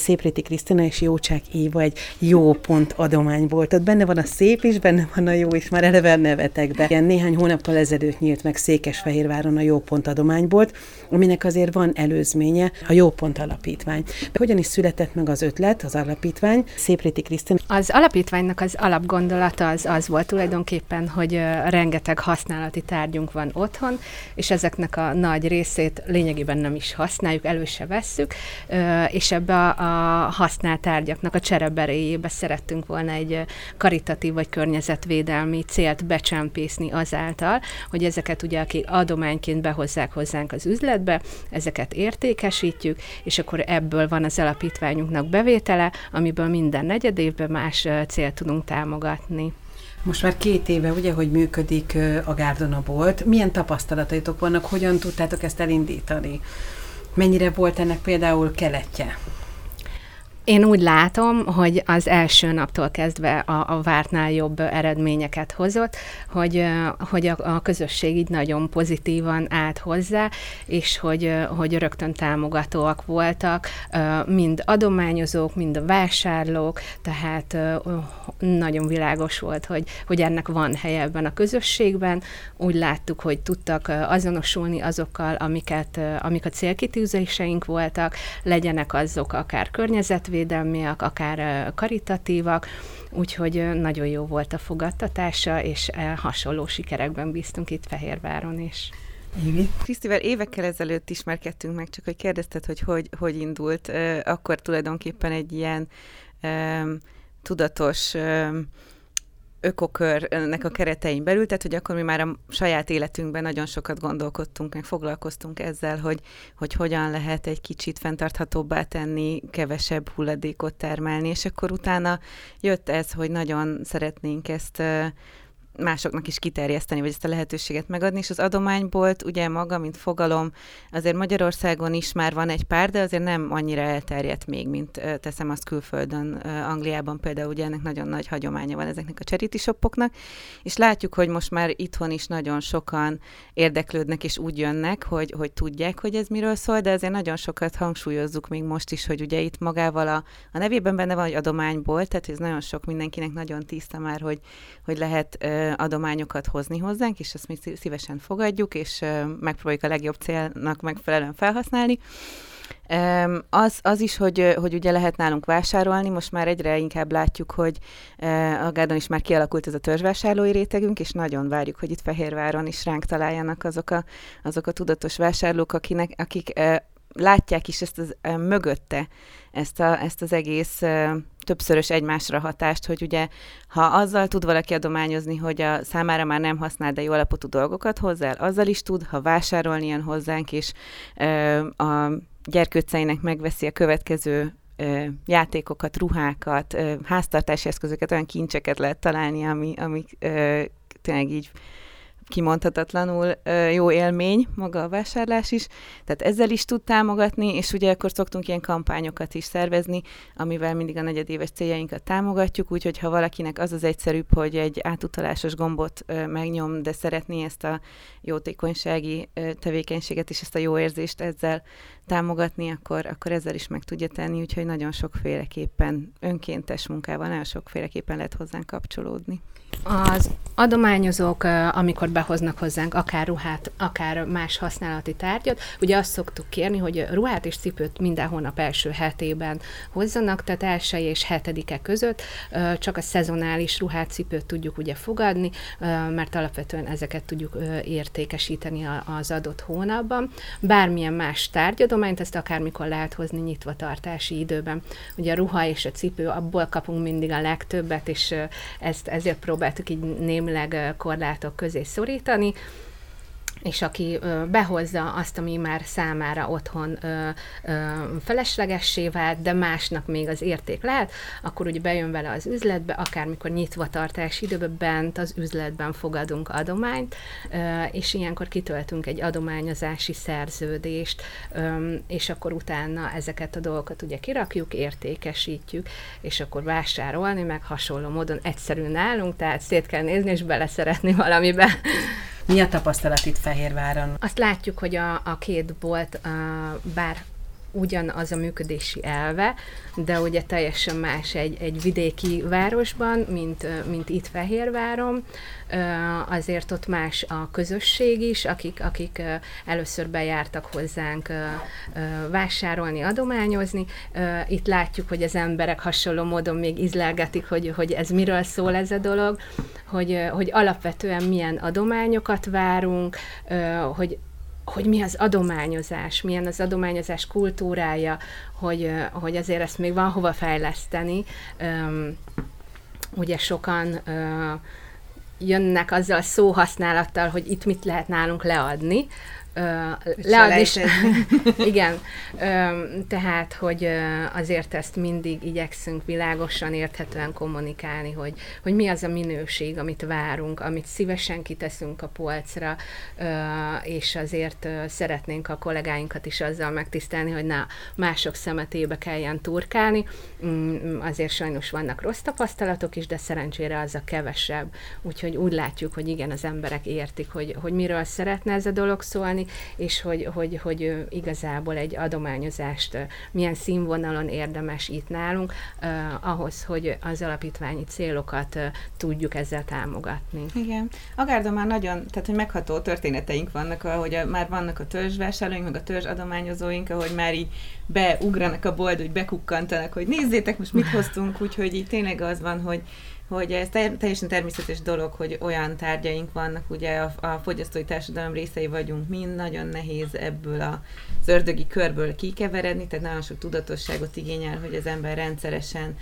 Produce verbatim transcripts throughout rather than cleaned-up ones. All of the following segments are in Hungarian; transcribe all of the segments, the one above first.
Szépréti Krisztina és Jócsák Éva egy jó pont adomány volt. Ott benne van a szép is, benne van a jó is, már eleve a nevetekbe. Ilyen néhány hónappal ezelőtt nyílt meg Székesfehérváron a jó pont adománybolt, aminek azért van előzménye, a Jó Pont Alapítvány. Hogyan is született meg az ötlet, az alapítvány? Szépréti Krisztina. Az alapítványnak az alapgondolata az, az volt tulajdonképpen, hogy uh, rengeteg használati tárgyunk van otthon, és ezeknek a nagy részét lényegében nem is használjuk, elő se vesszük, uh, és ebbe a, a használt tárgyaknak a csereberéjébe szerettünk volna egy uh, karitatív vagy környezetvédelmi célt becsempészni azáltal, hogy ezeket ugye, akik adományként behozzák hozzánk az üzletbe, ezeket értékesítjük, és akkor ebből van az alapítványunknak bevétele, amiből minden negyed évben más célt tudunk támogatni. Most már két éve, ugye, hogy működik a Gárdona bolt. Milyen tapasztalataitok vannak, hogyan tudtátok ezt elindítani? Mennyire volt ennek például keletje? Én úgy látom, hogy az első naptól kezdve a, a vártnál jobb eredményeket hozott, hogy, hogy a, a közösség így nagyon pozitívan állt hozzá, és hogy, hogy rögtön támogatóak voltak, mind adományozók, mind a vásárlók, tehát nagyon világos volt, hogy, hogy ennek van helye ebben a közösségben. Úgy láttuk, hogy tudtak azonosulni azokkal, amiket, amik a célkitűzéseink voltak, legyenek azok akár környezetvédelmi, védelmiak, akár karitatívak, úgyhogy nagyon jó volt a fogadtatása, és hasonló sikerekben bíztunk itt Fehérváron is. Évi? Krisztivel évekkel ezelőtt ismerkedtünk meg, csak hogy kérdezted, hogy hogy, hogy indult, akkor tulajdonképpen egy ilyen um, tudatos um, ökokörnek a keretein belül, tehát hogy akkor mi már a saját életünkben nagyon sokat gondolkodtunk, meg foglalkoztunk ezzel, hogy, hogy hogyan lehet egy kicsit fenntarthatóbbá tenni, kevesebb hulladékot termelni, és akkor utána jött ez, hogy nagyon szeretnénk ezt másoknak is kiterjeszteni, vagy ezt a lehetőséget megadni, és az adománybolt ugye maga, mint fogalom, azért Magyarországon is már van egy pár, de azért nem annyira elterjedt még, mint teszem azt külföldön, Angliában például ugye ennek nagyon nagy hagyománya van ezeknek a charity shopoknak, és látjuk, hogy most már itthon is nagyon sokan érdeklődnek, és úgy jönnek, hogy, hogy tudják, hogy ez miről szól, de azért nagyon sokat hangsúlyozzuk még most is, hogy ugye itt magával a, a nevében benne van, hogy adománybolt, tehát ez nagyon sok mindenkinek nagyon tiszta már, hogy, hogy lehet adományokat hozni hozzánk, és ezt mi szívesen fogadjuk, és megpróbáljuk a legjobb célnak megfelelően felhasználni. Az, az is, hogy, hogy ugye lehet nálunk vásárolni, most már egyre inkább látjuk, hogy a Gárdon is már kialakult ez a törzsvásárlói rétegünk, és nagyon várjuk, hogy itt Fehérváron is ránk találjanak azok a, azok a tudatos vásárlók, akinek, akik látják is ezt az, mögötte ezt, a, ezt az egész többszörös egymásra hatást, hogy ugye, ha azzal tud valaki adományozni, hogy a számára már nem használ, de jó alapotú dolgokat hozzá, azzal is tud, ha vásárolni jön hozzánk, és ö, a gyerkőcceinek megveszi a következő ö, játékokat, ruhákat, ö, háztartási eszközöket, olyan kincseket lehet találni, ami, ami ö, tényleg így kimondhatatlanul ö, jó élmény maga a vásárlás is, tehát ezzel is tud támogatni, és ugye akkor szoktunk ilyen kampányokat is szervezni, amivel mindig a negyedéves céljainkat támogatjuk, úgyhogy ha valakinek az az egyszerűbb, hogy egy átutalásos gombot ö, megnyom, de szeretné ezt a jótékonysági ö, tevékenységet és ezt a jó érzést ezzel támogatni, akkor, akkor ezzel is meg tudja tenni, úgyhogy nagyon sokféleképpen önkéntes munkával, nagyon sokféleképpen lehet hozzánk kapcsolódni. Az adományozók, amikor behoznak hozzánk akár ruhát, akár más használati tárgyat, ugye azt szoktuk kérni, hogy ruhát és cipőt minden hónap első hetében hozzanak, tehát első és hetedike között csak a szezonális ruhát, cipőt tudjuk ugye fogadni, mert alapvetően ezeket tudjuk értékesíteni az adott hónapban. Bármilyen más tárgyadományt, ezt akármikor lehet hozni nyitva tartási időben. Ugye a ruha és a cipő, abból kapunk mindig a legtöbbet, és ezt ezért próbáltuk így némileg korlátok közé szorítani, és aki ö, behozza azt, ami már számára otthon ö, ö, feleslegessé vált, de másnak még az érték lehet, akkor ugye bejön vele az üzletbe, akármikor nyitva tartási időben bent az üzletben fogadunk adományt, ö, és ilyenkor kitöltünk egy adományozási szerződést, ö, és akkor utána ezeket a dolgokat ugye kirakjuk, értékesítjük, és akkor vásárolni, meg hasonló módon egyszerű nálunk, tehát szét kell nézni, és beleszeretni valamibe. Mi a tapasztalat itt Fehérváron? Azt látjuk, hogy a, a két bolt, a, bár ugyanaz a működési elve, de ugye teljesen más egy, egy vidéki városban, mint, mint itt Fehérváron. Azért ott más a közösség is, akik, akik először bejártak hozzánk vásárolni, adományozni. Itt látjuk, hogy az emberek hasonló módon még ízlelgetik, hogy, hogy ez miről szól ez a dolog, hogy, hogy alapvetően milyen adományokat várunk, hogy hogy mi az adományozás, milyen az adományozás kultúrája, hogy, hogy azért ezt még van hova fejleszteni. Ugye sokan jönnek azzal a szóhasználattal, hogy itt mit lehet nálunk leadni, Uh, leadni is. Igen, uh, tehát, hogy uh, azért ezt mindig igyekszünk világosan, érthetően kommunikálni, hogy, hogy mi az a minőség, amit várunk, amit szívesen kiteszünk a polcra, uh, és azért uh, szeretnénk a kollégáinkat is azzal megtisztelni, hogy na, mások szemetébe kelljen turkálni. Um, azért sajnos vannak rossz tapasztalatok is, de szerencsére az a kevesebb. Úgyhogy úgy látjuk, hogy igen, az emberek értik, hogy, hogy miről szeretne ez a dolog szólni, és hogy, hogy, hogy igazából egy adományozást milyen színvonalon érdemes itt nálunk, eh, ahhoz, hogy az alapítványi célokat eh, tudjuk ezzel támogatni. Igen. Agárdon már nagyon, tehát hogy megható történeteink vannak, ahogy a, már vannak a törzsvásárlóink, meg a törzs adományozóink, ahogy már így beugranak a boltba, hogy bekukkantanak, hogy nézzétek, most mit hoztunk, úgyhogy így tényleg az van, hogy hogy ez teljesen természetes dolog, hogy olyan tárgyaink vannak, ugye a, a fogyasztói társadalom részei vagyunk mind, nagyon nehéz ebből az ördögi körből kikeveredni, tehát nagyon sok tudatosságot igényel, hogy az ember rendszeresen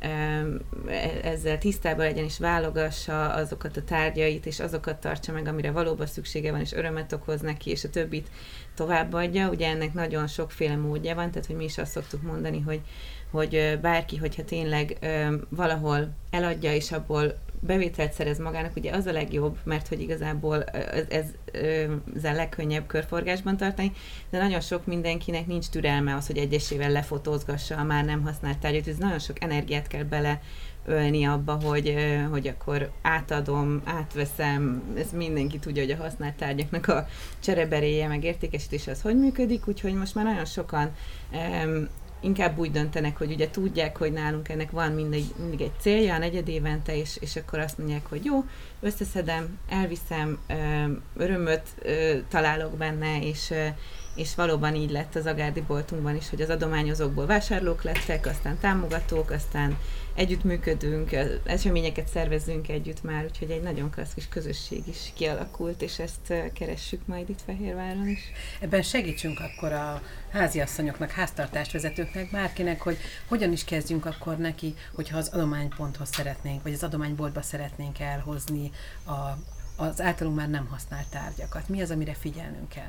ezzel tisztában legyen, és válogassa azokat a tárgyait, és azokat tartsa meg, amire valóban szüksége van, és örömet okoz neki, és a többit továbbadja. Ugye ennek nagyon sokféle módja van, tehát hogy mi is azt szoktuk mondani, hogy hogy bárki, hogyha tényleg ö, valahol eladja, és abból bevételt szerez magának, ugye az a legjobb, mert hogy igazából ez, ez, ez a legkönnyebb körforgásban tartani, de nagyon sok mindenkinek nincs türelme az, hogy egyesével lefotózgassa a már nem használt tárgyat, ez nagyon sok energiát kell bele ölni abba, hogy, hogy akkor átadom, átveszem, ez mindenki tudja, hogy a használt tárgyaknak a csereberéje, meg értékesítése az hogy működik, úgyhogy most már nagyon sokan um, inkább úgy döntenek, hogy ugye tudják, hogy nálunk ennek van mindig, mindig egy célja, a negyedévente, és, és akkor azt mondják, hogy jó, összeszedem, elviszem, örömöt találok benne, és, és valóban így lett az agárdi boltunkban is, hogy az adományozókból vásárlók lettek, aztán támogatók, aztán együttműködünk, eseményeket szervezünk együtt már, úgyhogy egy nagyon klassz kis közösség is kialakult, és ezt keressük majd itt Fehérváron is. Ebben segítsünk akkor a háziasszonyoknak, háztartásvezetőknek, bárkinek, hogy hogyan is kezdjünk akkor neki, hogyha az adományponthoz szeretnénk, vagy az adományboltba szeretnénk elhozni a, az általunk már nem használt tárgyakat. Mi az, amire figyelnünk kell?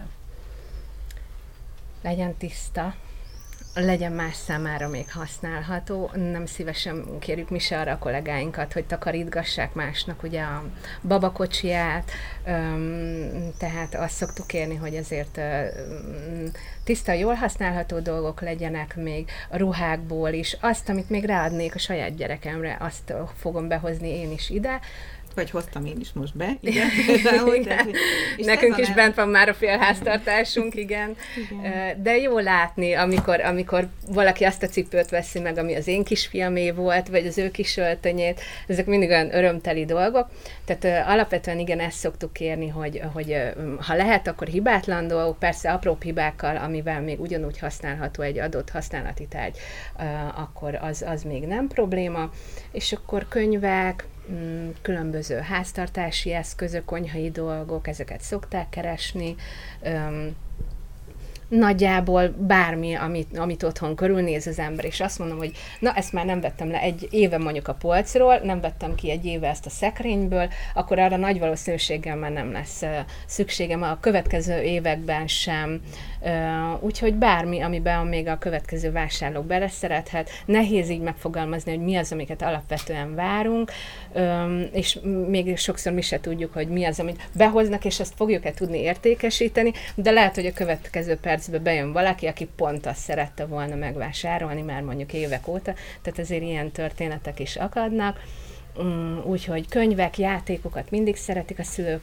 Legyen tiszta, legyen más számára még használható. Nem szívesen kérjük mi se arra a kollégáinkat, hogy takarítgassák másnak ugye a babakocsiját, tehát azt szoktuk kérni, hogy ezért tiszta, jól használható dolgok legyenek még a ruhákból is. Azt, amit még ráadnék a saját gyerekemre, azt fogom behozni én is ide. Vagy hoztam én is most be, igen. igen. Tehát, hogy, nekünk is el... bent van már a félháztartásunk, igen. igen. De jó látni, amikor, amikor valaki azt a cipőt veszi meg, ami az én kisfiamé volt, vagy az ő kis öltönyét, ezek mindig olyan örömteli dolgok. Tehát alapvetően igen, ezt szoktuk kérni, hogy, hogy ha lehet, akkor hibátlan dolgok, persze apróbb hibákkal, amivel még ugyanúgy használható egy adott használati tárgy, akkor az, az még nem probléma. És akkor könyvek, különböző háztartási eszközök, konyhai dolgok, ezeket szokták keresni. Öm, nagyjából bármi, amit, amit otthon körülnéz az ember, és azt mondom, hogy na, ezt már nem vettem le egy éve mondjuk a polcról, nem vettem ki egy éve ezt a szekrényből, akkor arra nagy valószínűséggel már nem lesz uh, szükségem a következő években sem. Uh, úgyhogy bármi, amiben még a következő vásárlók beleszerethet. Nehéz így megfogalmazni, hogy mi az, amiket alapvetően várunk, um, és még sokszor mi se tudjuk, hogy mi az, amit behoznak, és ezt fogjuk-e tudni értékesíteni, de lehet, hogy a következő percben bejön valaki, aki pont azt szerette volna megvásárolni már mondjuk évek óta, tehát azért ilyen történetek is akadnak. Úgyhogy könyvek, játékokat mindig szeretik a szülők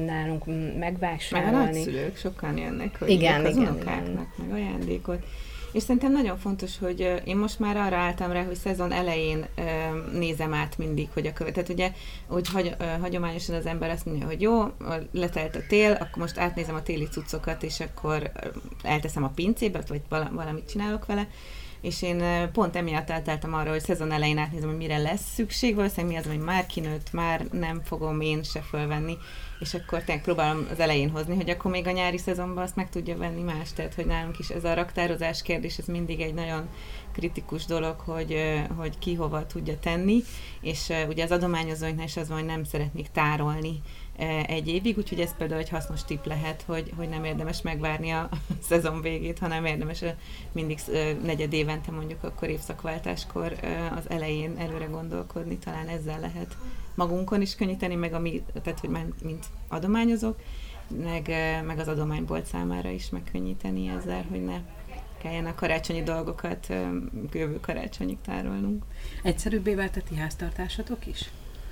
nálunk megvásárolni. Meg a nagyszülők sokan jönnek, hogy igen, az igen, unokáknak meg ajándékot. És szerintem nagyon fontos, hogy én most már arra álltam rá, hogy szezon elején nézem át mindig, hogy a követ. Tehát ugye, hogy hagy, hagyományosan az ember azt mondja, hogy jó, letelt a tél, akkor most átnézem a téli cuccokat, és akkor elteszem a pincébe, vagy valamit csinálok vele. És én pont emiatt átálltam arra, hogy szezon elején átnézem, hogy mire lesz szükség, valószínűleg mi az, hogy már kinőtt, már nem fogom én se fölvenni, és akkor tényleg próbálom az elején hozni, hogy akkor még a nyári szezonban azt meg tudja venni más, tehát hogy nálunk is ez a raktározás kérdés, ez mindig egy nagyon kritikus dolog, hogy, hogy ki hova tudja tenni, és ugye az adományozóinknál is az van, hogy nem szeretnék tárolni egy évig, úgyhogy ez például egy hasznos tipp lehet, hogy, hogy nem érdemes megvárni a szezon végét, hanem érdemes mindig negyed évente, mondjuk akkor évszakváltáskor az elején előre gondolkodni, talán ezzel lehet magunkon is könnyíteni, meg ami, tehát hogy már mint adományozók, meg, meg az adománybolt számára is megkönnyíteni ezzel, hogy ne kelljen a karácsonyi dolgokat jövő karácsonyig tárolnunk. Egyszerűbbé vált a ti háztartásatok is?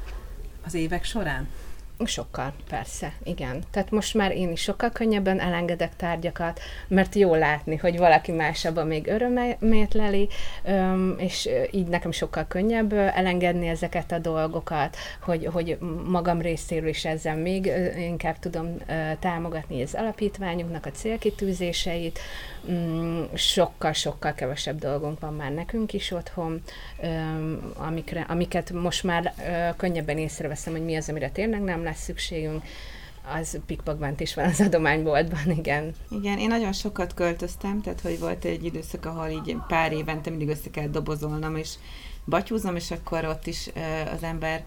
Az évek során? Sokkal, persze, igen. Tehát most már én is sokkal könnyebben elengedek tárgyakat, mert jó látni, hogy valaki más abban még örömét leli, és így nekem sokkal könnyebb elengedni ezeket a dolgokat, hogy, hogy magam részéről is ezzel még inkább tudom támogatni az alapítványunknak a célkitűzéseit. Sokkal-sokkal kevesebb dolgunk van már nekünk is otthon, amikre, amiket most már könnyebben észreveszem, hogy mi az, amire tényleg nem lesz szükségünk, az pikpakban is van az adományboltban, igen. Igen, én nagyon sokat költöztem, tehát hogy volt egy időszak, ahol így pár évente mindig össze kell dobozolnom, és batyúznom, és akkor ott is az ember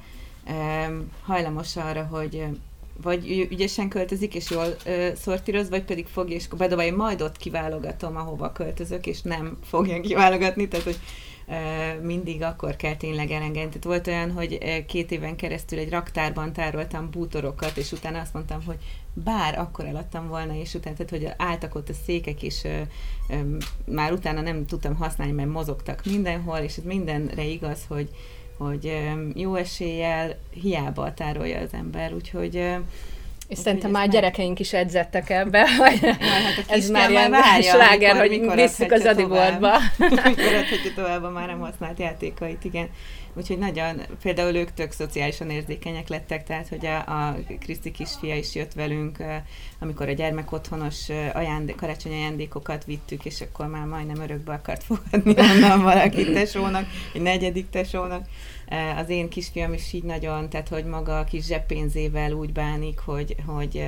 hajlamos arra, hogy vagy ügyesen költözik, és jól ö, szortíroz, vagy pedig fogja, és bedobálja, majd ott kiválogatom, ahova költözök, és nem fogja kiválogatni, tehát, hogy ö, mindig akkor kell tényleg elengedni. Tehát volt olyan, hogy ö, két éven keresztül egy raktárban tároltam bútorokat, és utána azt mondtam, hogy bár akkor eladtam volna, és utána, tehát, hogy álltak ott a székek, és ö, ö, már utána nem tudtam használni, mert mozogtak mindenhol, és ez mindenre igaz, hogy hogy jó eséllyel hiába tárolja az ember, úgyhogy... És szerintem már a gyerekeink is edzettek ebbe, hogy hát ez már ilyen sláger, hogy visszük az adiboltba. Mikor adhatja tovább a már nem használt játékait, igen. Úgyhogy nagyon, például ők tök szociálisan érzékenyek lettek, tehát hogy a, a Kriszti kisfia is jött velünk, amikor a gyermekotthonos ajándék, karácsonyi ajándékokat vittük, és akkor már majdnem örökbe akart fogadni onnan valaki tesónak, egy negyedik tesónak. Az én kisfiam is így nagyon, tehát hogy maga a kis zseppénzével úgy bánik, hogy, hogy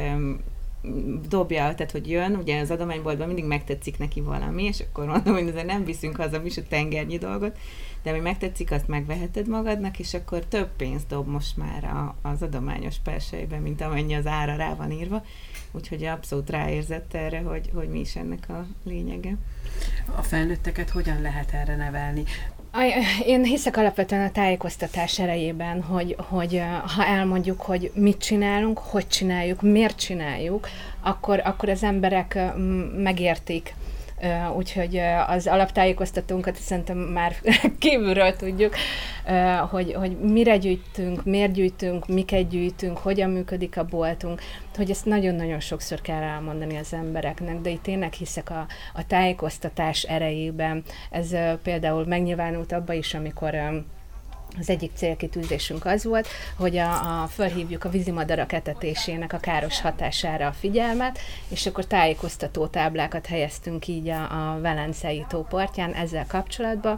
dobja, tehát hogy jön, ugye az adományboltban mindig megtetszik neki valami, és akkor mondom, hogy azért nem viszünk haza mi is a tengernyi dolgot, de ami megtetszik, azt megveheted magadnak, és akkor több pénzt dob most már a, az adományos persejében, mint amennyi az ára rá van írva. Úgyhogy abszolút ráérzett erre, hogy, hogy mi is ennek a lényege. A felnőtteket hogyan lehet erre nevelni? Én hiszek alapvetően a tájékoztatás erejében, hogy, hogy ha elmondjuk, hogy mit csinálunk, hogy csináljuk, miért csináljuk, akkor, akkor az emberek megértik. Úgyhogy az alaptájékoztatónkat szerintem már kívülről tudjuk, hogy, hogy mire gyűjtünk, miért gyűjtünk, miket gyűjtünk, hogyan működik a boltunk, hogy ezt nagyon-nagyon sokszor kell elmondani az embereknek, de itt tényleg hiszek a, a tájékoztatás erejében. Ez például megnyilvánult abba is, amikor az egyik célkitűzésünk az volt, hogy a, a fölhívjuk a vízimadarak etetésének a káros hatására a figyelmet, és akkor tájékoztató táblákat helyeztünk így a, a Velencei tó partján ezzel kapcsolatban,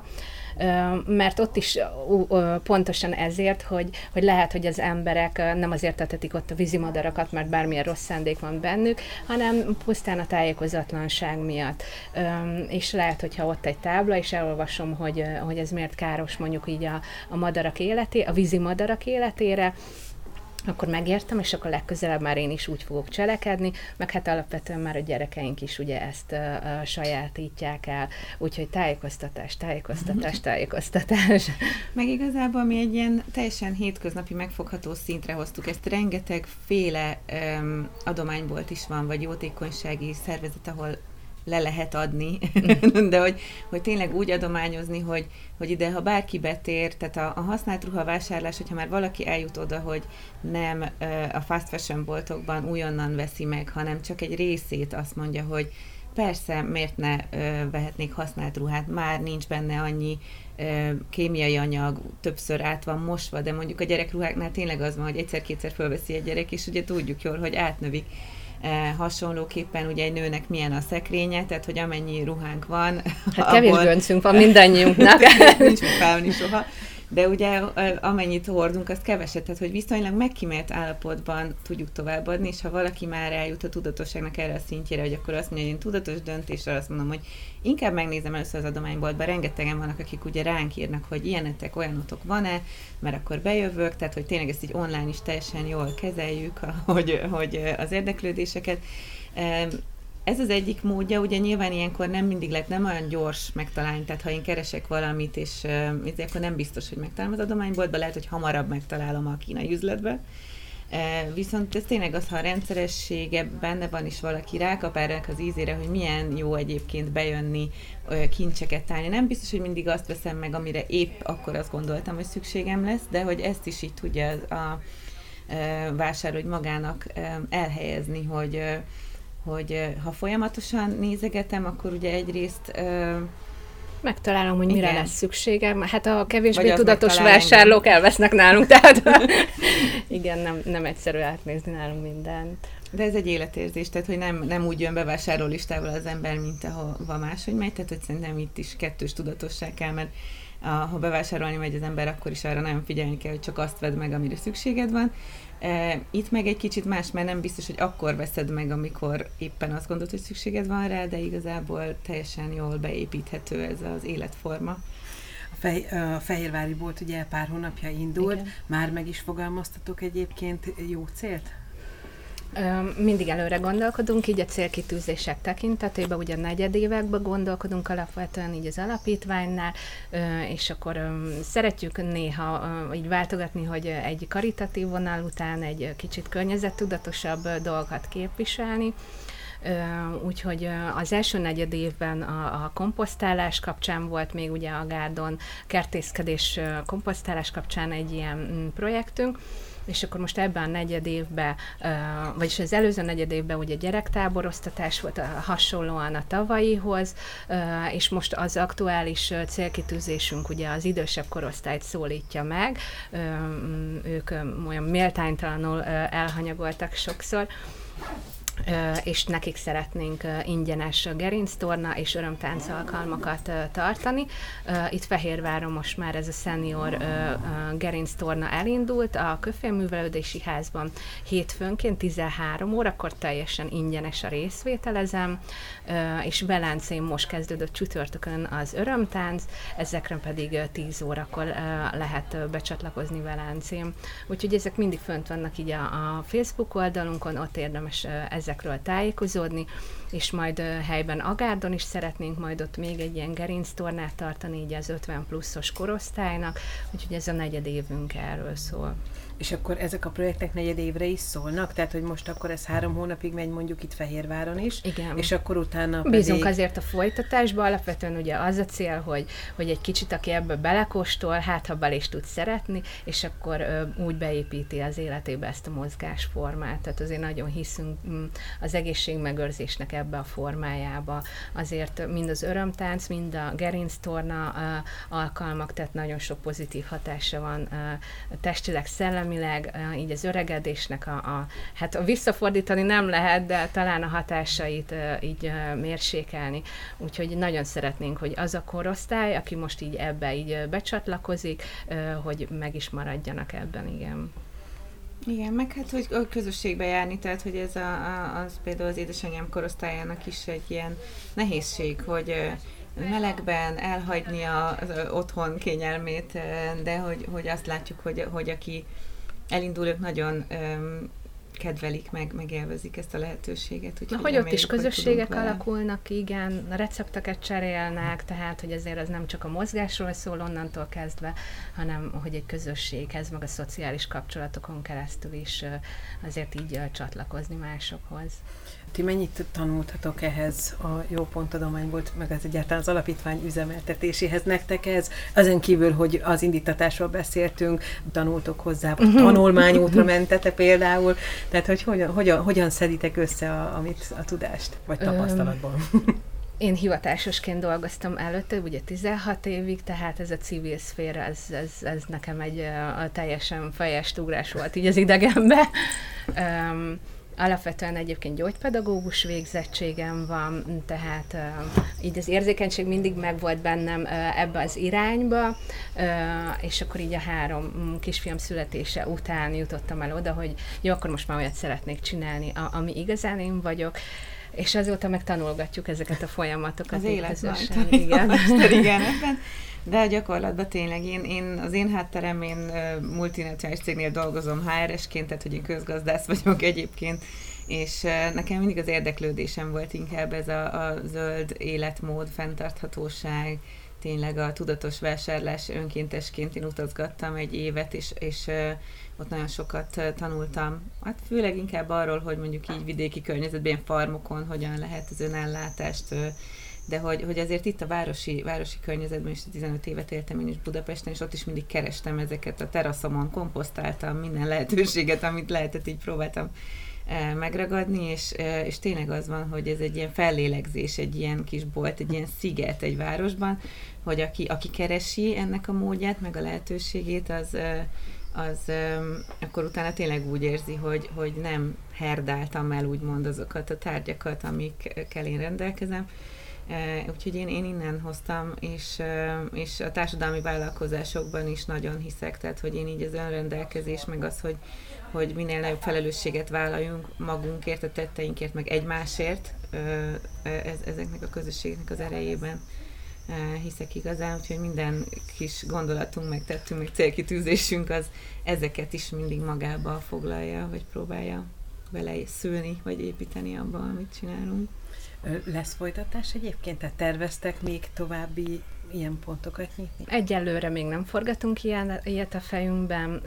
mert ott is pontosan ezért, hogy, hogy lehet, hogy az emberek nem azért etetik ott a vízimadarakat, mert bármilyen rossz szándék van bennük, hanem pusztán a tájékozatlanság miatt. És lehet, hogyha ott egy tábla, és elolvasom, hogy, hogy ez miért káros mondjuk így a, a madarak életé, a vízimadarak életére, akkor megértem, és akkor legközelebb már én is úgy fogok cselekedni, meg hát alapvetően már a gyerekeink is ugye ezt uh, uh, sajátítják el, úgyhogy tájékoztatás, tájékoztatás, tájékoztatás. Meg igazából mi egy ilyen teljesen hétköznapi megfogható szintre hoztuk ezt, rengeteg féle um, adománybolt is van, vagy jótékonysági szervezet, ahol le lehet adni, de hogy, hogy tényleg úgy adományozni, hogy, hogy ide, ha bárki betér, tehát a, a használt ruhavásárlás, hogyha már valaki eljut oda, hogy nem a fast fashion boltokban újonnan veszi meg, hanem csak egy részét azt mondja, hogy persze, miért ne ö, vehetnék használt ruhát, már nincs benne annyi ö, kémiai anyag, többször át van mosva, de mondjuk a gyerekruháknál tényleg az van, hogy egyszer-kétszer fölveszi egy gyerek, és ugye tudjuk jól, hogy átnövik. E, hasonlóképpen ugye egy nőnek milyen a szekrénye, tehát hogy amennyi ruhánk van. Hát kevés abból... göncünk van mindannyiunknak. Nincs mit felvenni soha. De ugye amennyit hordunk, azt keveset, tehát hogy viszonylag megkímélt állapotban tudjuk továbbadni, és ha valaki már eljut a tudatosságnak erre a szintjére, hogy akkor azt mondja, hogy én tudatos döntésre azt mondom, hogy inkább megnézem először az adományboltban, rengetegen vannak, akik ugye ránk írnak, hogy ilyenetek, olyanotok van-e, mert akkor bejövök, tehát hogy tényleg ezt így online is teljesen jól kezeljük, hogy, hogy az érdeklődéseket. Ez az egyik módja, ugye nyilván ilyenkor nem mindig lehet, nem olyan gyors megtalálni, tehát ha én keresek valamit, és uh, akkor nem biztos, hogy megtalálom az adományboltba, lehet, hogy hamarabb megtalálom a kínai üzletbe. Uh, viszont ez tényleg az, ha a rendszeressége benne van, és valaki rákap erre az ízére, hogy milyen jó egyébként bejönni, uh, kincseket találni. Nem biztos, hogy mindig azt veszem meg, amire épp akkor azt gondoltam, hogy szükségem lesz, de hogy ezt is így tudja a, a uh, vásárló, hogy magának uh, elhelyezni, hogy uh, hogy ha folyamatosan nézegetem, akkor ugye egyrészt... Uh, megtalálom, hogy mire igen. lesz szükségem. Hát a kevésbé tudatos vásárlók engem. elvesznek nálunk, tehát igen, nem, nem egyszerű átnézni nálunk mindent. De ez egy életérzés, tehát hogy nem, nem úgy jön be vásárlólistával az ember, mint ahova máshogy megy, tehát hogy szerintem itt is kettős tudatosság kell, mert a, ha bevásárolni megy az ember, akkor is arra nagyon figyelni kell, hogy csak azt vedd meg, amire szükséged van. Itt meg egy kicsit más, mert nem biztos, hogy akkor veszed meg, amikor éppen azt gondolod, hogy szükséged van rá, de igazából teljesen jól beépíthető ez az életforma. A, fej, a Fehérvári bolt ugye pár hónapja indult, igen. Már meg is fogalmaztatok egyébként jó célt? Mindig előre gondolkodunk, így a célkitűzések tekintetében, ugye negyedévekben gondolkodunk alapvetően így az alapítványnál, és akkor szeretjük néha így váltogatni, hogy egy karitatív vonal után egy kicsit környezettudatosabb dolgokat képviselni. Úgyhogy az első negyed évben a, a komposztálás kapcsán volt még ugye a Gárdon kertészkedés komposztálás kapcsán egy ilyen projektünk, és akkor most ebben a negyed évben, vagyis az előző negyed évben ugye gyerektáboroztatás volt hasonlóan a tavalyihoz, és most az aktuális célkitűzésünk ugye az idősebb korosztályt szólítja meg, ők olyan méltánytalanul elhanyagoltak sokszor, és nekik szeretnénk ingyenes gerinctorna és örömtánc alkalmakat tartani. Itt Fehérváron most már ez a senior gerinctorna elindult a Közfélművelődési Házban hétfőnként tizenhárom órakor teljesen ingyenes a részvételezem, és Velencén most kezdődött csütörtökön az örömtánc, ezekre pedig tíz órakor lehet becsatlakozni Velencén. Úgyhogy ezek mindig fönt vannak így a, a Facebook oldalunkon, ott érdemes ezekről tájékozódni, és majd helyben Agárdon is szeretnénk majd ott még egy ilyen gerinctornát tartani, így az ötven pluszos korosztálynak, úgyhogy ez a negyed évünk erről szól. És akkor ezek a projektek negyed évre is szólnak? Tehát, hogy most akkor ez három hónapig megy mondjuk itt Fehérváron is, igen. És akkor utána pedig... Bízunk azért a folytatásba, alapvetően ugye az a cél, hogy, hogy egy kicsit, aki ebbe belekóstol, hát ha bele is tud szeretni, és akkor ö, úgy beépíti az életébe ezt a mozgásformát. Tehát azért nagyon hiszünk az egészségmegőrzésnek ebbe a formájába. Azért mind az örömtánc, mind a gerinctorna ö, alkalmak, tehát nagyon sok pozitív hatása van ö, testileg, szellemileg, így az öregedésnek a, a, hát a visszafordítani nem lehet, de talán a hatásait uh, így uh, mérsékelni. Úgyhogy nagyon szeretnénk, hogy az a korosztály, aki most így ebbe így uh, becsatlakozik, uh, hogy meg is maradjanak ebben, igen. Igen, meg hát, hogy a közösségbe járni, tehát, hogy ez a, a, az például az édesanyám korosztályának is egy ilyen nehézség, hogy uh, melegben elhagyni az otthon kényelmét, de hogy, hogy azt látjuk, hogy, hogy aki elindul, ők nagyon um, kedvelik, meg, meg élvezik ezt a lehetőséget. Úgy, hogy ott is közösségek alakulnak, igen, recepteket cserélnek, tehát, hogy azért az nem csak a mozgásról szól onnantól kezdve, hanem hogy egy közösséghez, meg a szociális kapcsolatokon keresztül is azért így csatlakozni másokhoz. Ti mennyit tanultatok ehhez a Jó Pont Adományból, meg az egyáltalán az alapítvány üzemeltetéséhez nektek ez? Azon kívül, hogy az indítatásról beszéltünk, tanultok hozzá, vagy tanulmányútra mentetek például, Tehát, hogy hogyan, hogyan, hogyan szeditek össze a, amit, a tudást, vagy tapasztalatból? Én hivatásosként dolgoztam előtte, ugye tizenhat évig, tehát ez a civil szféra, ez, ez, ez nekem egy a teljesen fejest ugrás volt így az idegenbe. Um, Alapvetően egyébként gyógypedagógus végzettségem van, tehát uh, így az érzékenység mindig megvolt bennem uh, ebbe az irányba, uh, és akkor így a három kisfiam születése után jutottam el oda, hogy jó, akkor most már olyat szeretnék csinálni, a, ami igazán én vagyok, és azóta meg tanulgatjuk ezeket a folyamatokat. Az életben. Igen. igen, ebben. De gyakorlatban tényleg én, én az én hátterem, én uh, multinacionális cégnél dolgozom há er esként, tehát hogy én közgazdász vagyok egyébként, és uh, nekem mindig az érdeklődésem volt inkább ez a, a zöld életmód, fenntarthatóság, tényleg a tudatos vásárlás. Önkéntesként én utazgattam egy évet, és, és uh, ott nagyon sokat uh, tanultam. Hát főleg inkább arról, hogy mondjuk így vidéki környezetben, ilyen farmokon hogyan lehet az önellátást, uh, de hogy, hogy azért itt a városi, városi környezetben is tizenöt évet éltem én is Budapesten, és ott is mindig kerestem ezeket a teraszomon, komposztáltam minden lehetőséget, amit lehetett, így próbáltam e, megragadni, és, e, és tényleg az van, hogy ez egy ilyen fellélegzés, egy ilyen kis bolt, egy ilyen sziget egy városban, hogy aki, aki keresi ennek a módját, meg a lehetőségét, az, e, az e, akkor utána tényleg úgy érzi, hogy, hogy nem herdáltam el úgymond azokat a tárgyakat, amikkel én rendelkezem. Uh, úgyhogy én, én innen hoztam, és, uh, és a társadalmi vállalkozásokban is nagyon hiszek, tehát hogy én így az önrendelkezés, meg az, hogy, hogy minél nagyobb felelősséget vállaljunk magunkért, a tetteinkért, meg egymásért, uh, ez, ezeknek a közösségnek az erejében uh, hiszek igazán, úgyhogy minden kis gondolatunk, meg tettünk, meg célkitűzésünk az ezeket is mindig magába foglalja, vagy próbálja bele szülni, vagy építeni abba, amit csinálunk. Lesz folytatás egyébként? Tehát terveztek még további ilyen pontokat nyitni? Egyelőre még nem forgatunk ilyen, ilyet a fejünkben,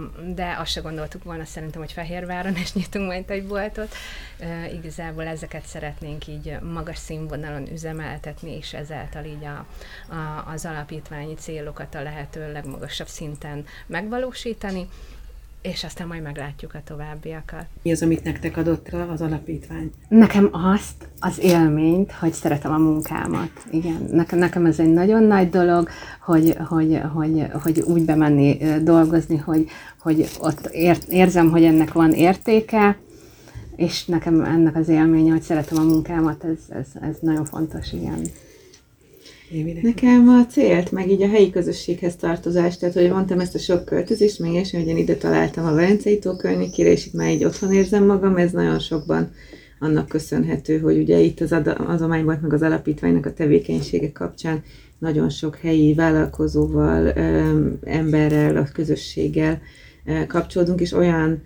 de azt se gondoltuk volna szerintem, hogy Fehérváron is nyitunk majd egy boltot. Igazából ezeket szeretnénk így magas színvonalon üzemeltetni, és ezáltal így a, a, az alapítványi célokat a lehető legmagasabb szinten megvalósítani, és aztán majd meglátjuk a továbbiakat. Mi az, amit nektek adott az alapítvány? Nekem azt, az élményt, hogy szeretem a munkámat. Igen, nekem, nekem ez egy nagyon nagy dolog, hogy, hogy, hogy, hogy úgy bemenni dolgozni, hogy, hogy ott ér, érzem, hogy ennek van értéke, és nekem ennek az élménye, hogy szeretem a munkámat, ez, ez, ez nagyon fontos, igen. Nekem a célt, meg így a helyi közösséghez tartozást, tehát hogy mondtam ezt a sok költözést, meg és hogy én ide találtam a Velencei tó környékére, és itt már így otthon érzem magam, ez nagyon sokban annak köszönhető, hogy ugye itt az adományból, meg az alapítványnak a tevékenysége kapcsán nagyon sok helyi vállalkozóval, emberrel, a közösséggel kapcsolódunk, és olyan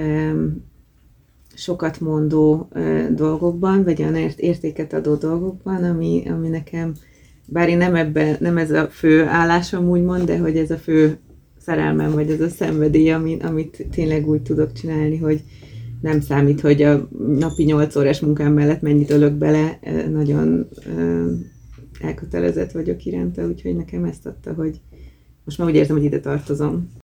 sokat mondó dolgokban, vagy olyan értéket adó dolgokban, ami, ami nekem, bár én nem, ebben, nem ez a fő állásom úgymond, de hogy ez a fő szerelmem, vagy ez a szenvedély, amit, amit tényleg úgy tudok csinálni, hogy nem számít, hogy a napi nyolc órás munkám mellett mennyit ölök bele, nagyon elkötelezett vagyok iránta, úgyhogy nekem ezt adta, hogy most már úgy érzem, hogy ide tartozom.